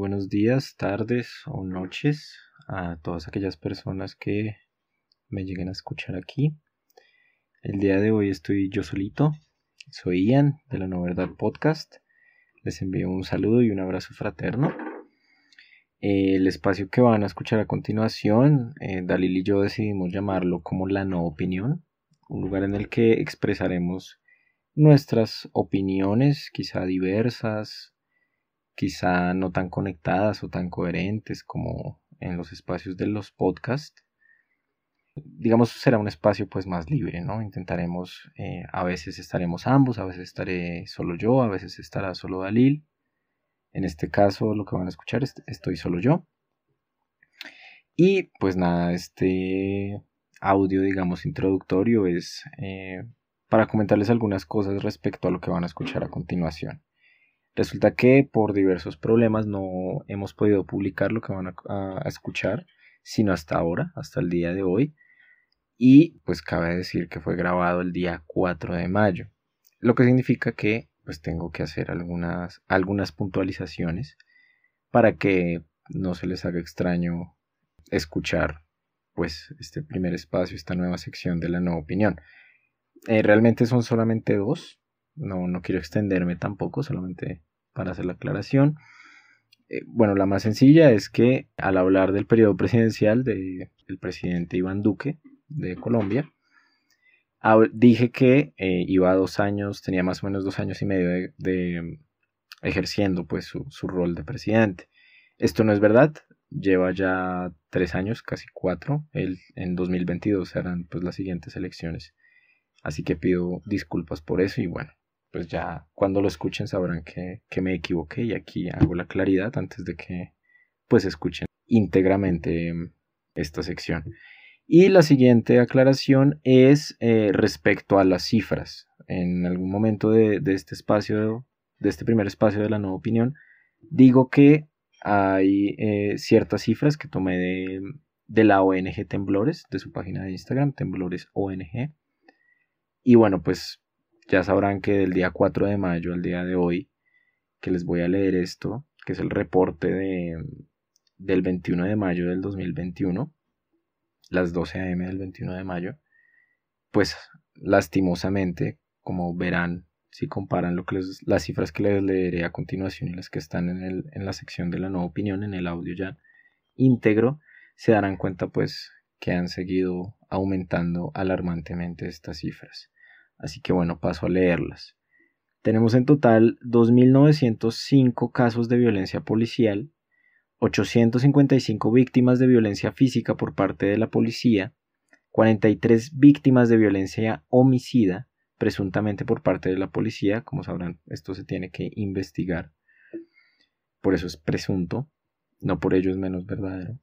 buenos días, tardes o noches a todas aquellas personas que me lleguen a escuchar aquí. El día de hoy estoy yo solito, soy Ian de la No Verdad Podcast. Les envío un saludo y un abrazo fraterno. El espacio que van a escuchar a continuación, Dalil y yo decidimos llamarlo como la no opinión, un lugar en el que expresaremos nuestras opiniones, quizá diversas, quizá no tan conectadas o tan coherentes como en los espacios de los podcasts. Digamos, será un espacio pues más libre, ¿no? Intentaremos, a veces estaremos ambos, a veces estaré solo yo, a veces estará solo Dalil. En este caso lo que van a escuchar estoy solo yo. Y pues nada, este audio, digamos, introductorio es para comentarles algunas cosas respecto a lo que van a escuchar a continuación. Resulta que por diversos problemas no hemos podido publicar lo que van a escuchar, sino hasta ahora, hasta el día de hoy. Y pues cabe decir que fue grabado el día 4 de mayo, lo que significa que pues tengo que hacer algunas puntualizaciones para que no se les haga extraño escuchar pues este primer espacio, esta nueva sección de la nueva opinión. Realmente son solamente dos, no quiero extenderme tampoco, solamente para hacer la aclaración. Bueno, la más sencilla es que al hablar del periodo presidencial del presidente Iván Duque de Colombia, dije que iba 2 años, tenía más o menos 2 años y medio de ejerciendo pues su rol de presidente. Esto no es verdad, lleva ya 3 años, casi 4. En 2022 serán pues las siguientes elecciones. Así que pido disculpas por eso y bueno, pues ya cuando lo escuchen sabrán que me equivoqué y aquí hago la claridad antes de que pues escuchen íntegramente esta sección. Y la siguiente aclaración es respecto a las cifras. En algún momento de este espacio, de este primer espacio de la nueva opinión, digo que hay ciertas cifras que tomé de la ONG Temblores, de su página de Instagram, Temblores ONG. Y bueno, pues ya sabrán que del día 4 de mayo al día de hoy, que les voy a leer esto, que es el reporte del 21 de mayo del 2021, las 12 a.m. del 21 de mayo, pues lastimosamente, como verán, si comparan las cifras que les leeré a continuación y las que están en la sección de la nueva opinión, en el audio ya íntegro, se darán cuenta pues que han seguido aumentando alarmantemente estas cifras. Así que bueno, paso a leerlas. Tenemos en total 2.905 casos de violencia policial, 855 víctimas de violencia física por parte de la policía, 43 víctimas de violencia homicida, presuntamente por parte de la policía. Como sabrán, esto se tiene que investigar. Por eso es presunto, no por ello es menos verdadero.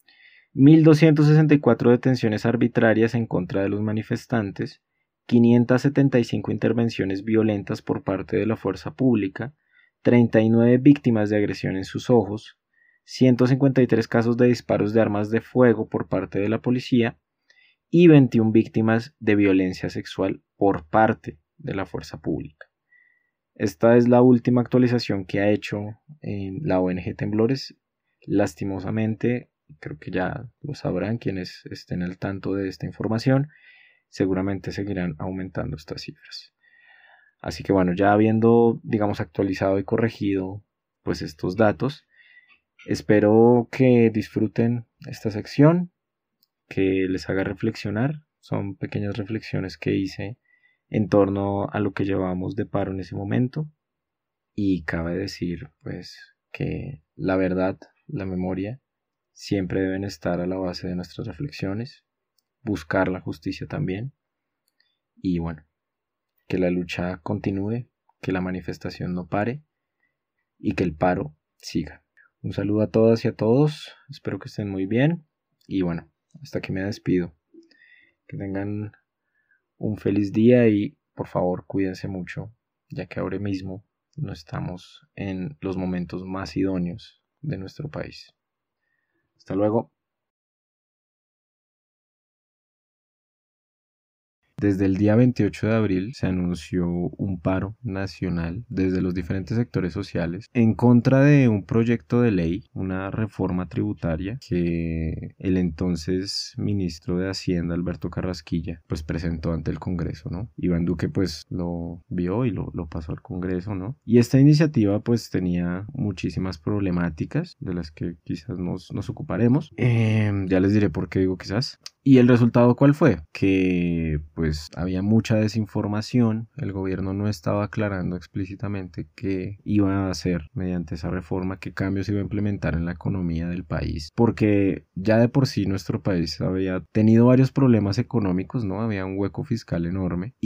1.264 detenciones arbitrarias en contra de los manifestantes, 575 intervenciones violentas por parte de la fuerza pública, 39 víctimas de agresión en sus ojos, 153 casos de disparos de armas de fuego por parte de la policía y 21 víctimas de violencia sexual por parte de la fuerza pública. Esta es la última actualización que ha hecho la ONG Temblores. Lastimosamente, creo que ya lo sabrán quienes estén al tanto de esta información, seguramente seguirán aumentando estas cifras. Así que bueno, ya habiendo, digamos, actualizado y corregido pues estos datos, espero que disfruten esta sección, que les haga reflexionar. Son pequeñas reflexiones que hice en torno a lo que llevábamos de paro en ese momento. Y cabe decir pues que la verdad, la memoria, siempre deben estar a la base de nuestras reflexiones, buscar la justicia también. Y bueno, que la lucha continúe, que la manifestación no pare y que el paro siga. Un saludo a todas y a todos, espero que estén muy bien y bueno, hasta aquí me despido. Que tengan un feliz día y por favor cuídense mucho, ya que ahora mismo no estamos en los momentos más idóneos de nuestro país. Hasta luego. desde el día 28 de abril se anunció un paro nacional desde los diferentes sectores sociales en contra de un proyecto de ley, una reforma tributaria que el entonces ministro de Hacienda, Alberto Carrasquilla, pues presentó ante el Congreso, ¿no? Iván Duque pues lo vio y lo pasó al Congreso, ¿no? Y esta iniciativa pues tenía muchísimas problemáticas de las que quizás nos ocuparemos. Ya les diré por qué digo quizás. ¿Y el resultado cuál fue? Que pues había mucha desinformación, el gobierno no estaba aclarando explícitamente qué iba a hacer mediante esa reforma, qué cambios iba a implementar en la economía del país, porque ya de por sí nuestro país había tenido varios problemas económicos, ¿no? Había un hueco fiscal enorme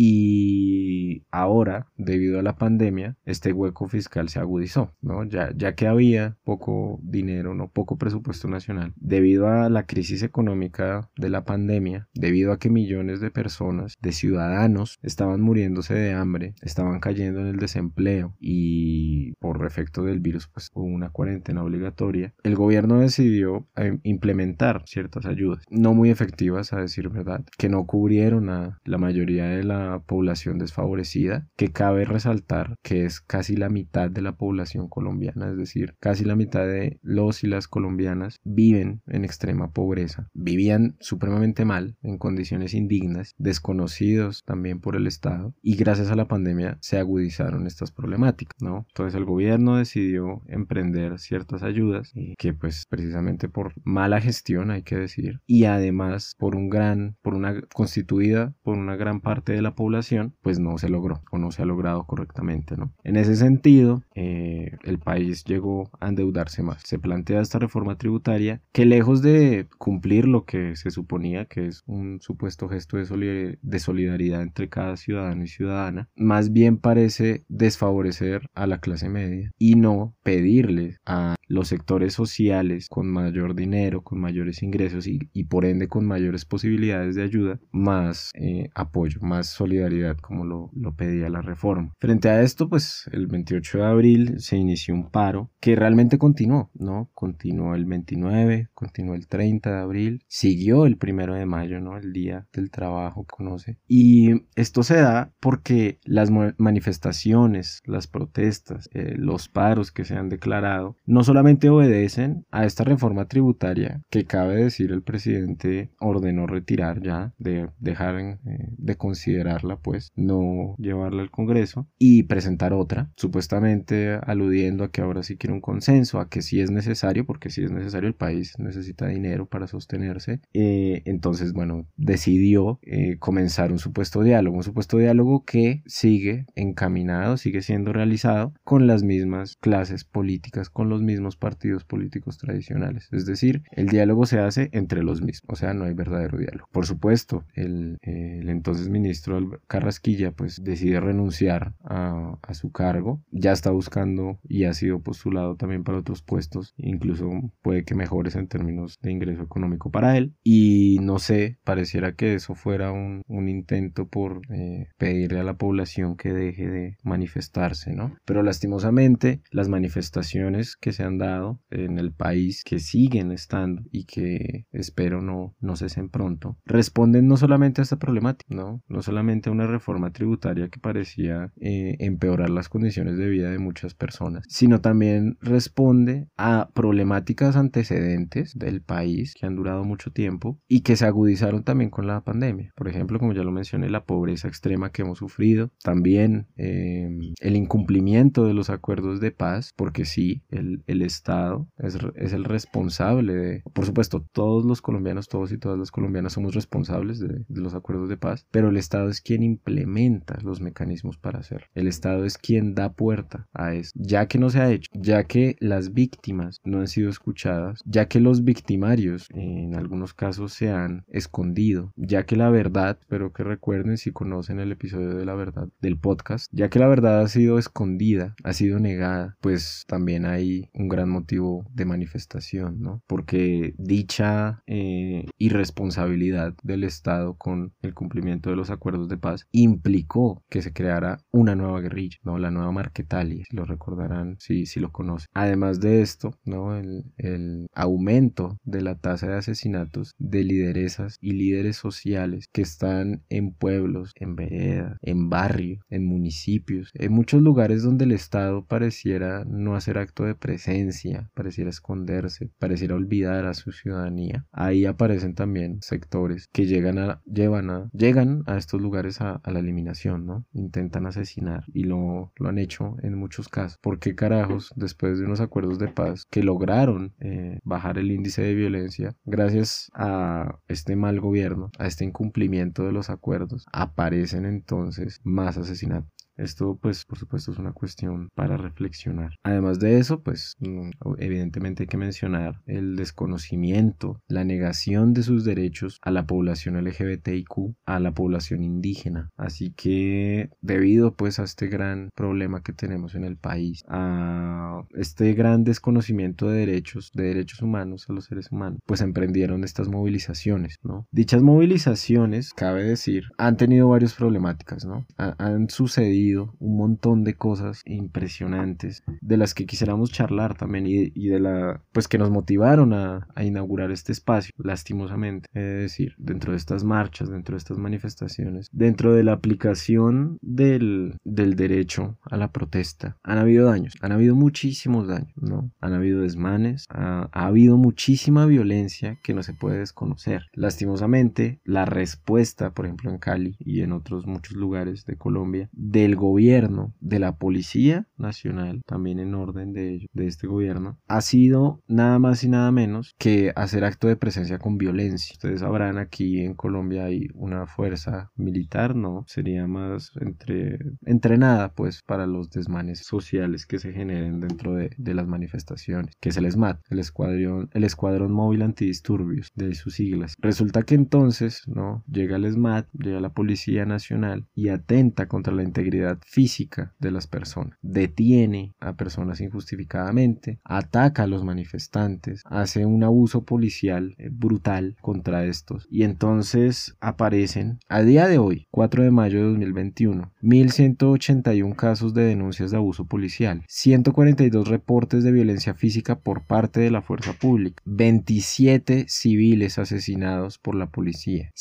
y ahora, debido a la pandemia, este hueco fiscal se agudizó, ¿no? Ya que había poco dinero, no poco presupuesto nacional, debido a la crisis económica de la pandemia, debido a que millones de personas, de ciudadanos, estaban muriéndose de hambre, estaban cayendo en el desempleo y por efecto del virus pues hubo una cuarentena obligatoria, el gobierno decidió implementar ciertas ayudas, no muy efectivas a decir verdad, que no cubrieron a la mayoría de la población desfavorecida, que cabe resaltar que es casi la mitad de la población colombiana, es decir, casi la mitad de los y las colombianas viven en extrema pobreza, vivían supremamente mal, en condiciones indignas, desconocidos también por el Estado, y gracias a la pandemia se agudizaron estas problemáticas, ¿no? Entonces el gobierno decidió emprender ciertas ayudas que pues precisamente por mala gestión hay que decir, y además por una constituida por una gran parte de la población, pues no se logró o no se ha logrado correctamente, ¿no? En ese sentido, el país llegó a endeudarse más. Se plantea esta reforma tributaria que lejos de cumplir lo que se suponía que es un supuesto gesto de solidaridad entre cada ciudadano y ciudadana, más bien parece desfavorecer a la clase media y no pedirle a los sectores sociales con mayor dinero, con mayores ingresos y por ende con mayores posibilidades de ayuda, más apoyo, más solidaridad como lo pedía la reforma. Frente a esto, pues el 28 de abril se inició un paro que realmente continuó, ¿no? Continuó el 29, continuó el 30 de abril, siguió el 1 de mayo, ¿no? El Día del Trabajo, conoce. Y esto se da porque las manifestaciones, las protestas, los paros que se han declarado, no solamente obedecen a esta reforma tributaria que cabe decir el presidente ordenó retirar ya, de dejar de considerarla, pues, no llevarla al Congreso y presentar otra, supuestamente aludiendo a que ahora sí quiere un consenso, a que sí es necesario, porque sí es necesario, el país necesita dinero para sostenerse. Entonces, bueno, decidió comenzar un supuesto diálogo que sigue encaminado, sigue siendo realizado con las mismas clases políticas, con los mismos partidos políticos tradicionales. Es decir, el diálogo se hace entre los mismos, o sea, no hay verdadero diálogo. Por supuesto, el entonces ministro Carrasquilla pues decide renunciar a su cargo, ya está buscando y ha sido postulado también para otros puestos, incluso puede que mejores en términos de ingreso económico para él, y no sé, pareciera que eso fuera un intento por pedirle a la población que deje de manifestarse, ¿no? Pero lastimosamente las manifestaciones que se han dado en el país, que siguen estando y que espero no cesen pronto, responden no solamente a esta problemática, no solamente a una reforma tributaria que parecía empeorar las condiciones de vida de muchas personas, sino también responde a problemáticas antecedentes del país que han durado mucho tiempo y que se agudizaron también con la pandemia. Por ejemplo, como ya lo mencioné, la pobreza extrema que hemos sufrido, también el incumplimiento de los acuerdos de paz, porque sí, el Estado es el responsable de, por supuesto, todos los colombianos, todos y todas las colombianas somos responsables de los acuerdos de paz, pero el Estado es quien implementa los mecanismos para hacerlo. El Estado es quien da puerta a eso, ya que no se ha hecho, ya que las víctimas no han sido escuchadas, ya que los victimarios en algunos casos se han escondido, ya que la verdad, espero que recuerden si conocen el episodio de la verdad del podcast, ya que la verdad ha sido escondida, ha sido negada, pues también hay un gran motivo de manifestación, ¿no? Porque dicha irresponsabilidad del Estado con el cumplimiento de los acuerdos de paz implicó que se creara una nueva guerrilla, ¿no? La nueva Marquetalia, si lo recordarán, si lo conocen. Además de esto, ¿no? El aumento de la tasa de asesinatos de lideresas y líderes sociales que están en pueblos, en veredas, en barrios, en municipios, en muchos lugares donde el Estado pareciera no hacer acto de presencia, pareciera esconderse, pareciera olvidar a su ciudadanía. Ahí aparecen también sectores que llegan a estos lugares a la eliminación, ¿no? Intentan asesinar y lo han hecho en muchos casos. ¿Por qué carajos, después de unos acuerdos de paz que lograron bajar el índice de violencia, gracias a este mal gobierno, a este incumplimiento de los acuerdos, aparecen entonces más asesinatos? Esto, pues, por supuesto, es una cuestión para reflexionar. Además de eso, pues, evidentemente hay que mencionar el desconocimiento, la negación de sus derechos a la población LGBTIQ, a la población indígena. Así que, debido, pues, a este gran problema que tenemos en el país, a este gran desconocimiento de derechos humanos a los seres humanos, pues emprendieron estas movilizaciones, ¿no? Dichas movilizaciones, cabe decir, han tenido varias problemáticas, ¿no? Han sucedido un montón de cosas impresionantes de las que quisiéramos charlar también y de la, pues, que nos motivaron a inaugurar este espacio, lastimosamente. Es decir, dentro de estas marchas, dentro de estas manifestaciones, dentro de la aplicación del derecho a la protesta, han habido daños, han habido muchísimos daños, ¿no? Han habido desmanes, ha habido muchísima violencia que no se puede desconocer. Lastimosamente, la respuesta, por ejemplo en Cali y en otros muchos lugares de Colombia, del gobierno, de la Policía Nacional, también en orden de este gobierno, ha sido nada más y nada menos que hacer acto de presencia con violencia. Ustedes sabrán, aquí en Colombia hay una fuerza militar, ¿no? Sería más entrenada, pues, para los desmanes sociales que se generen dentro de las manifestaciones, que es el ESMAD, el Escuadrón Móvil Antidisturbios, de sus siglas. Resulta que entonces, ¿no? Llega el ESMAD, llega la Policía Nacional y atenta contra la integridad física de las personas, detiene a personas injustificadamente, ataca a los manifestantes, hace un abuso policial brutal contra estos, y entonces aparecen a día de hoy, 4 de mayo de 2021, 1181 casos de denuncias de abuso policial, 142 reportes de violencia física por parte de la fuerza pública, 27 civiles asesinados por la policía,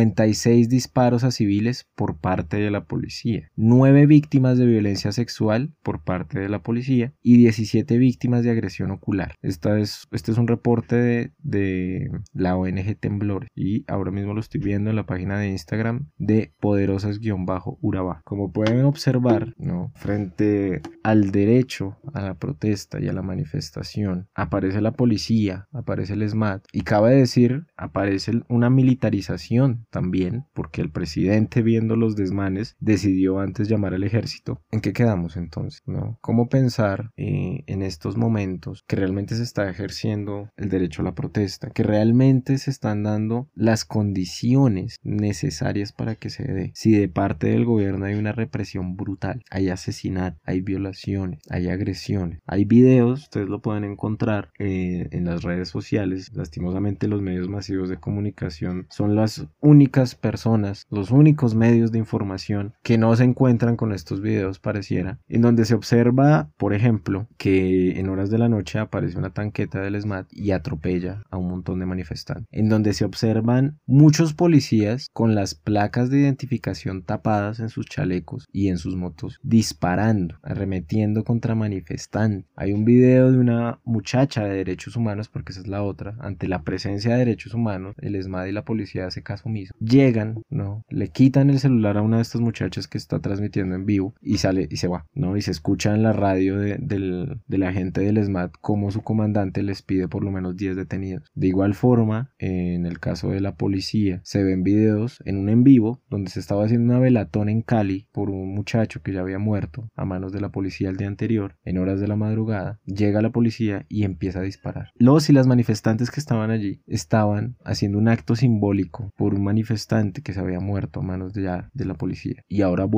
56 disparos a civiles por parte de la policía, 9 víctimas de violencia sexual por parte de la policía y 17 víctimas de agresión ocular. Este es un reporte de la ONG Temblores y ahora mismo lo estoy viendo en la página de Instagram de Poderosas-Urabá. Como pueden observar, ¿no? Frente al derecho a la protesta y a la manifestación, aparece la policía, aparece el ESMAD y cabe decir, aparece una militarización también, porque el presidente, viendo los desmanes, decidió antes llamar al ejército. ¿En qué quedamos entonces, no? ¿Cómo pensar en estos momentos que realmente se está ejerciendo el derecho a la protesta, que realmente se están dando las condiciones necesarias para que se dé? Si de parte del gobierno hay una represión brutal, hay asesinatos, hay violaciones, hay agresiones, hay videos, ustedes lo pueden encontrar en las redes sociales. Lastimosamente los medios masivos de comunicación son las únicas personas, los únicos medios de información que no se encuentran con estos videos, pareciera, en donde se observa, por ejemplo, que en horas de la noche aparece una tanqueta del ESMAD y atropella a un montón de manifestantes, en donde se observan muchos policías con las placas de identificación tapadas en sus chalecos y en sus motos, disparando, arremetiendo contra manifestantes. Hay un video de una muchacha de derechos humanos, porque esa es la otra, ante la presencia de derechos humanos, el ESMAD y la policía hace caso omiso, llegan, ¿no? Le quitan el celular a una de estas muchachas que está transmitiendo en vivo y sale y se va, ¿no? Y se escucha en la radio del agente del ESMAD cómo su comandante les pide por lo menos 10 detenidos. De igual forma, en el caso de la policía, se ven videos en un en vivo donde se estaba haciendo una velatón en Cali por un muchacho que ya había muerto a manos de la policía el día anterior, en horas de la madrugada. Llega la policía y empieza a disparar. Los y las manifestantes que estaban allí estaban haciendo un acto simbólico por un manifestante que se había muerto a manos de la policía, y ahora vuelven a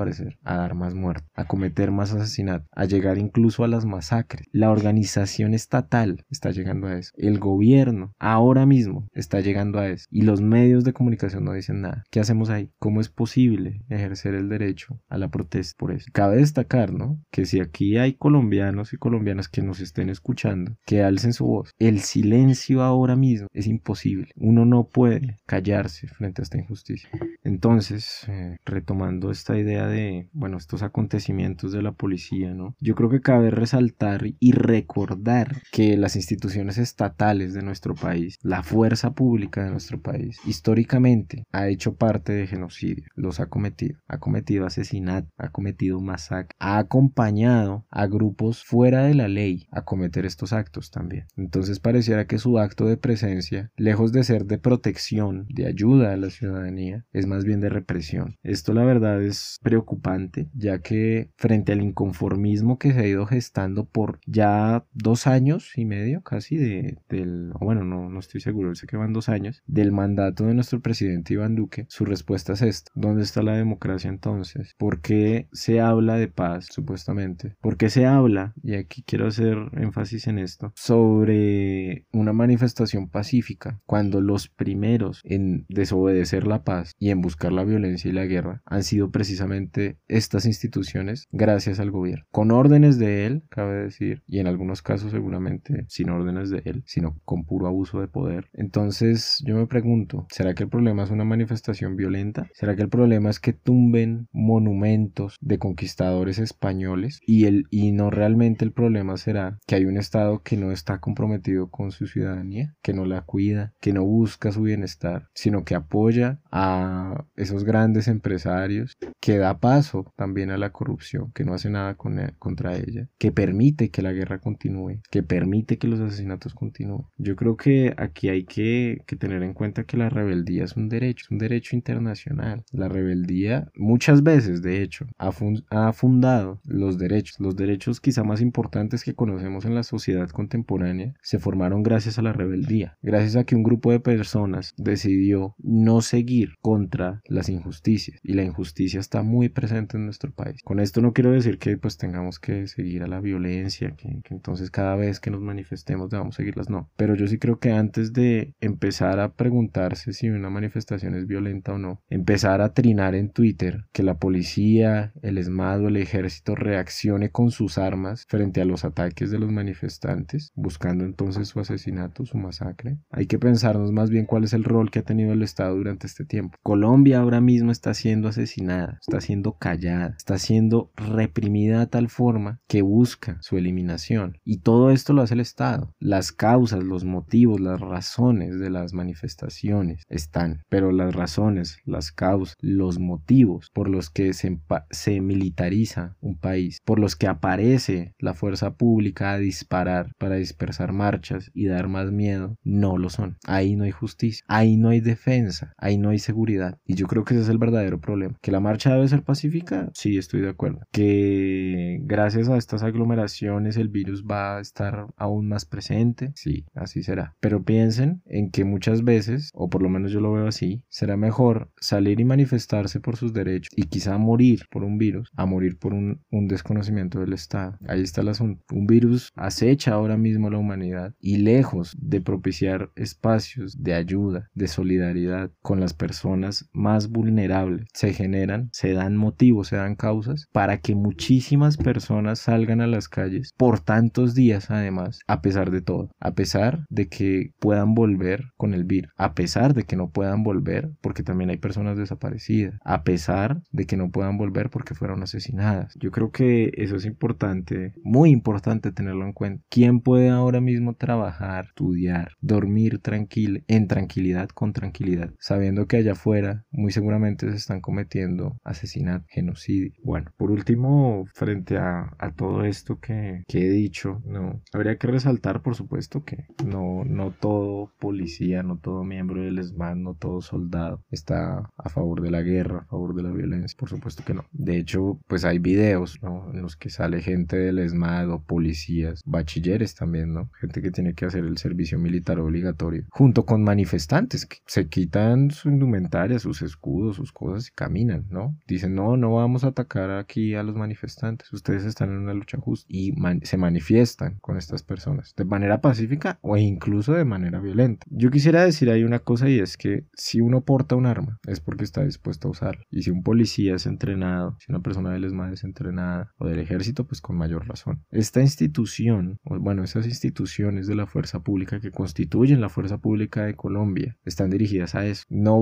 parecer, a dar más muertes, a cometer más asesinatos, a llegar incluso a las masacres. La organización estatal está llegando a eso. El gobierno ahora mismo está llegando a eso. Y los medios de comunicación no dicen nada. ¿Qué hacemos ahí? ¿Cómo es posible ejercer el derecho a la protesta por eso? Cabe destacar, ¿no?, que si aquí hay colombianos y colombianas que nos estén escuchando, que alcen su voz. El silencio ahora mismo es imposible. Uno no puede callarse frente a esta injusticia. Entonces, retomando esta idea de, bueno, estos acontecimientos de la policía, ¿no?, yo creo que cabe resaltar y recordar que las instituciones estatales de nuestro país, la fuerza pública de nuestro país, históricamente ha hecho parte de genocidio, los ha cometido asesinato, ha cometido masacre, ha acompañado a grupos fuera de la ley a cometer estos actos también. Entonces pareciera que su acto de presencia, lejos de ser de protección, de ayuda a la ciudadanía, es más bien de represión. Esto la verdad es preocupante, ya que frente al inconformismo que se ha ido gestando por ya 2 años y medio casi no estoy seguro, sé que van 2 años, del mandato de nuestro presidente Iván Duque, su respuesta es esta: ¿dónde está la democracia entonces? ¿Por qué se habla de paz, supuestamente? ¿Por qué se habla, y aquí quiero hacer énfasis en esto, sobre una manifestación pacífica, cuando los primeros en desobedecer la paz y en buscar la violencia y la guerra han sido precisamente estas instituciones, gracias al gobierno? Con órdenes de él, cabe decir, y en algunos casos seguramente sin órdenes de él, sino con puro abuso de poder. Entonces yo me pregunto, ¿será que el problema es una manifestación violenta? ¿Será que el problema es que tumben monumentos de conquistadores españoles? Y no realmente el problema será que hay un Estado que no está comprometido con su ciudadanía, que no la cuida, que no busca su bienestar, sino que apoya a esos grandes empresarios, que da paso también a la corrupción, que no hace nada contra ella, que permite que la guerra continúe, que permite que los asesinatos continúen. Yo creo que aquí hay que tener en cuenta que la rebeldía es un derecho internacional. La rebeldía muchas veces, de hecho, ha fundado los derechos quizá más importantes que conocemos en la sociedad contemporánea, se formaron gracias a la rebeldía, gracias a que un grupo de personas decidió no seguir contra las injusticias, y la injusticia está muy presente en nuestro país. Con esto no quiero decir que pues tengamos que seguir a la violencia, que entonces cada vez que nos manifestemos debamos seguirlas, no, pero yo sí creo que antes de empezar a preguntarse si una manifestación es violenta o no, empezar a trinar en Twitter que la policía, el ESMAD o el ejército reaccione con sus armas frente a los ataques de los manifestantes, buscando entonces su asesinato, su masacre. Hay que pensarnos más bien cuál es el rol que ha tenido el Estado durante este tiempo. Colombia ahora mismo está siendo asesinada, está siendo callada, está siendo reprimida de tal forma que busca su eliminación. Y todo esto lo hace el Estado. Las causas, los motivos, las razones de las manifestaciones están, pero las razones, las causas, los motivos por los que se militariza un país, por los que aparece la fuerza pública a disparar para dispersar marchas y dar más miedo, no lo son. Ahí no hay justicia, ahí no hay defensa, ahí no hay seguridad. Y yo creo que ese es el verdadero problema. ¿Que la marcha debe ser pacífica? Sí, estoy de acuerdo. ¿Que gracias a estas aglomeraciones el virus va a estar aún más presente? Sí, así será. Pero piensen en que muchas veces, o por lo menos yo lo veo así, será mejor salir y manifestarse por sus derechos y quizá morir por un virus a morir por un desconocimiento del Estado. Ahí está el asunto. Un virus acecha ahora mismo a la humanidad, y lejos de propiciar espacios de ayuda, de solidaridad con las personas más vulnerables, se dan motivos, se dan causas para que muchísimas personas salgan a las calles por tantos días, además, a pesar de todo, a pesar de que puedan volver con el virus, a pesar de que no puedan volver porque también hay personas desaparecidas, a pesar de que no puedan volver porque fueron asesinadas. Yo creo que eso es importante, muy importante tenerlo en cuenta. ¿Quién puede ahora mismo trabajar, estudiar, dormir en tranquilidad, con tranquilidad, sabiendo que allá afuera muy seguramente se están cometiendo asesinato, genocidio? Bueno, por último, frente a todo esto que he dicho, no habría que resaltar, por supuesto, que no todo policía, no todo miembro del ESMAD, no todo soldado está a favor de la guerra, a favor de la violencia. Por supuesto que no. De hecho, pues hay videos, ¿no?, en los que sale gente del ESMAD o policías, bachilleres también, ¿no?, gente que tiene que hacer el servicio militar obligatorio, junto con manifestantes que se quitan su indumentaria, sus escudos, sus cosas y caminan, ¿no? Dicen, no, no vamos a atacar aquí a los manifestantes, ustedes están en una lucha justa y se manifiestan con estas personas de manera pacífica o incluso de manera violenta. Yo quisiera decir ahí una cosa y es que si uno porta un arma es porque está dispuesto a usarla, y si un policía es entrenado, si una persona del ESMAD es entrenada o del ejército, pues con mayor razón. Esta institución, o bueno, esas instituciones de la fuerza pública que constituyen la fuerza pública de Colombia están dirigidas a eso,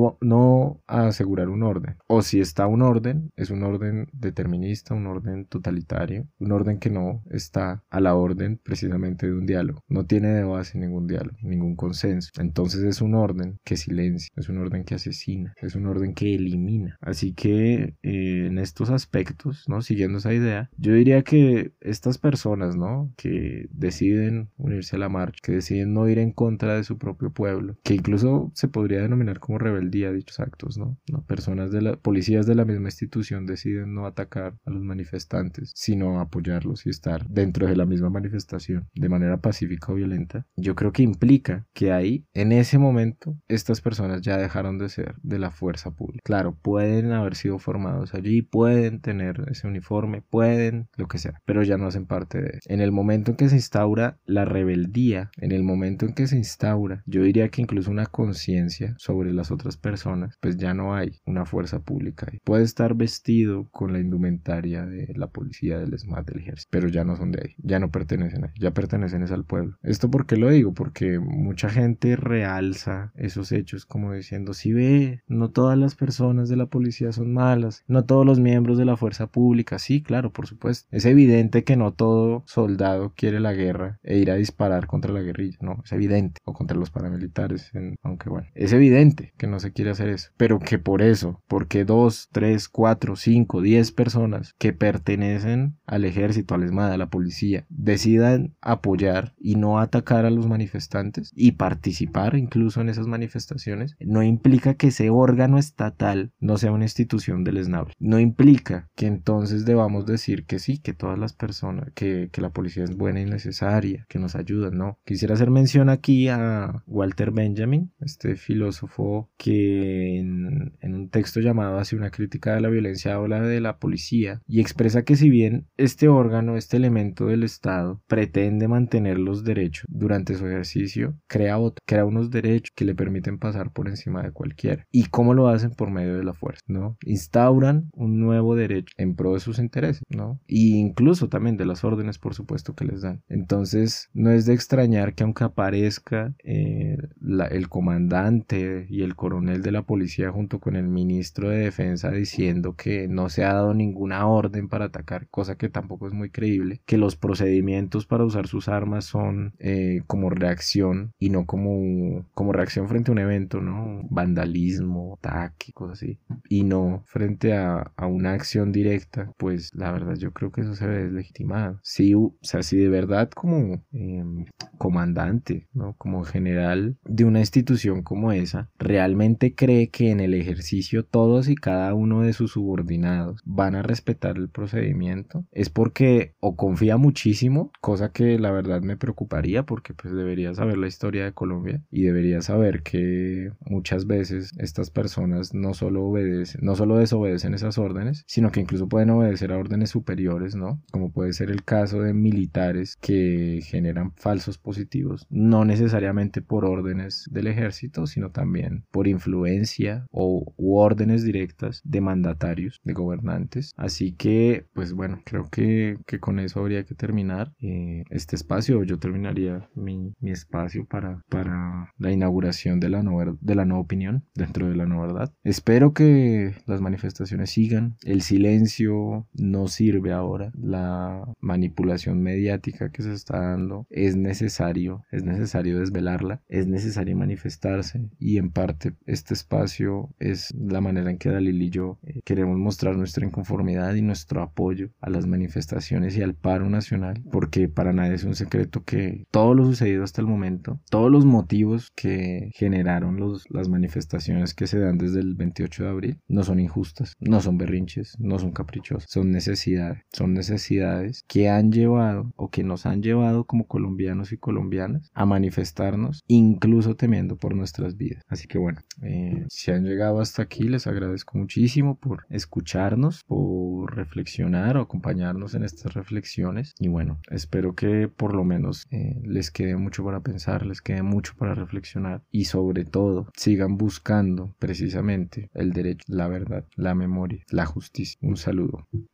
no a asegurar un orden. O si está un orden, es un orden determinista, un orden totalitario, un orden que no está a la orden precisamente de un diálogo, no tiene de base ningún diálogo, ningún consenso. Entonces es un orden que silencia, es un orden que asesina, es un orden que elimina. Así que en estos aspectos, ¿no? Siguiendo esa idea, yo diría que estas personas, ¿no? Que deciden unirse a la marcha, que deciden no ir en contra de su propio pueblo, que incluso se podría denominar como rebeldía dichos actos, ¿no? Personas policías de la misma institución deciden no atacar a los manifestantes, sino apoyarlos y estar dentro de la misma manifestación de manera pacífica o violenta. Yo creo que implica que ahí, en ese momento, estas personas ya dejaron de ser de la fuerza pública. Claro, pueden haber sido formados allí, pueden tener ese uniforme, pueden, lo que sea, pero ya no hacen parte de eso. En el momento en que se instaura la rebeldía, en el momento en que se instaura, yo diría que incluso una conciencia sobre las otras personas, pues ya no hay una fuerza pública ahí. Puede estar vestido con la indumentaria de la policía, del ESMAD, del ejército, pero ya no son de ahí, ya no pertenecen ahí, ya pertenecen al pueblo. ¿Esto por qué lo digo? Porque mucha gente realza esos hechos como diciendo, si ve, no todas las personas de la policía son malas, no todos los miembros de la fuerza pública. Sí, claro, por supuesto. Es evidente que no todo soldado quiere la guerra e ir a disparar contra la guerrilla, no, es evidente, o contra los paramilitares, aunque bueno, es evidente que no se quiere hacer eso, pero que por eso, porque 2, 3, 4, 5, 10 personas que pertenecen al ejército, al ESMAD, a la policía, decidan apoyar y no atacar a los manifestantes y participar incluso en esas manifestaciones, no implica que ese órgano estatal no sea una institución deleznable. No implica que entonces debamos decir que sí, que todas las personas, que la policía es buena y necesaria, que nos ayudan, no. Quisiera hacer mención aquí a Walter Benjamin, este filósofo que en un texto llamado Hacia una crítica de la violencia habla de la policía y expresa que si bien este órgano, este elemento del Estado pretende mantener los derechos durante su ejercicio, crea unos derechos que le permiten pasar por encima de cualquiera. ¿Y cómo lo hacen? Por medio de la fuerza, ¿no? Instauran un nuevo derecho en pro de sus intereses, ¿no? Y incluso también de las órdenes, por supuesto, que les dan. Entonces, no es de extrañar que aunque aparezca el comandante y el coronel de la policía junto con el ministro de defensa diciendo que no se ha dado ninguna orden para atacar, cosa que tampoco es muy creíble, que los procedimientos para usar sus armas son como reacción y no como reacción frente a un evento, ¿no? Vandalismo, ataque, cosas así, y no frente a una acción directa, pues la verdad yo creo que eso se ve deslegitimado. Sí, o sea, si de verdad como comandante, ¿no? Como general de una institución como esa, realmente cree que en el ejercicio todos y cada uno de sus subordinados van a respetar el procedimiento, es porque o confía muchísimo, cosa que la verdad me preocuparía porque pues debería saber la historia de Colombia y debería saber que muchas veces estas personas no solo desobedecen esas órdenes, sino que incluso pueden obedecer a órdenes superiores, ¿no? Como puede ser el caso de militares que generan falsos positivos, no necesariamente por órdenes del ejército, sino también por influencia u órdenes directas de mandatarios, de gobernantes. Así que, pues bueno, creo que con eso habría que terminar este espacio. Yo terminaría mi espacio para la inauguración de la nueva opinión dentro de la nueva verdad. Espero que las manifestaciones sigan. El silencio no sirve ahora. La manipulación mediática que se está dando es necesario desvelarla, es necesario manifestarse, y en parte este espacio es la manera en que Dalil y yo queremos mostrar nuestra inconformidad y nuestro apoyo a las manifestaciones y al paro nacional, porque para nadie es un secreto que todo lo sucedido hasta el momento, todos los motivos que generaron las manifestaciones que se dan desde el 28 de abril no son injustas, no son berrinches, no son caprichosas, son necesidades que han llevado o que nos han llevado como colombianos y colombianas a manifestarnos, incluso temiendo por nuestras vidas. Así que bueno, si han llegado llegado hasta aquí, les agradezco muchísimo por escucharnos, por reflexionar o acompañarnos en estas reflexiones. Y bueno, espero que por lo menos les quede mucho para pensar, les quede mucho para reflexionar y sobre todo sigan buscando precisamente el derecho, la verdad, la memoria, la justicia. Un saludo.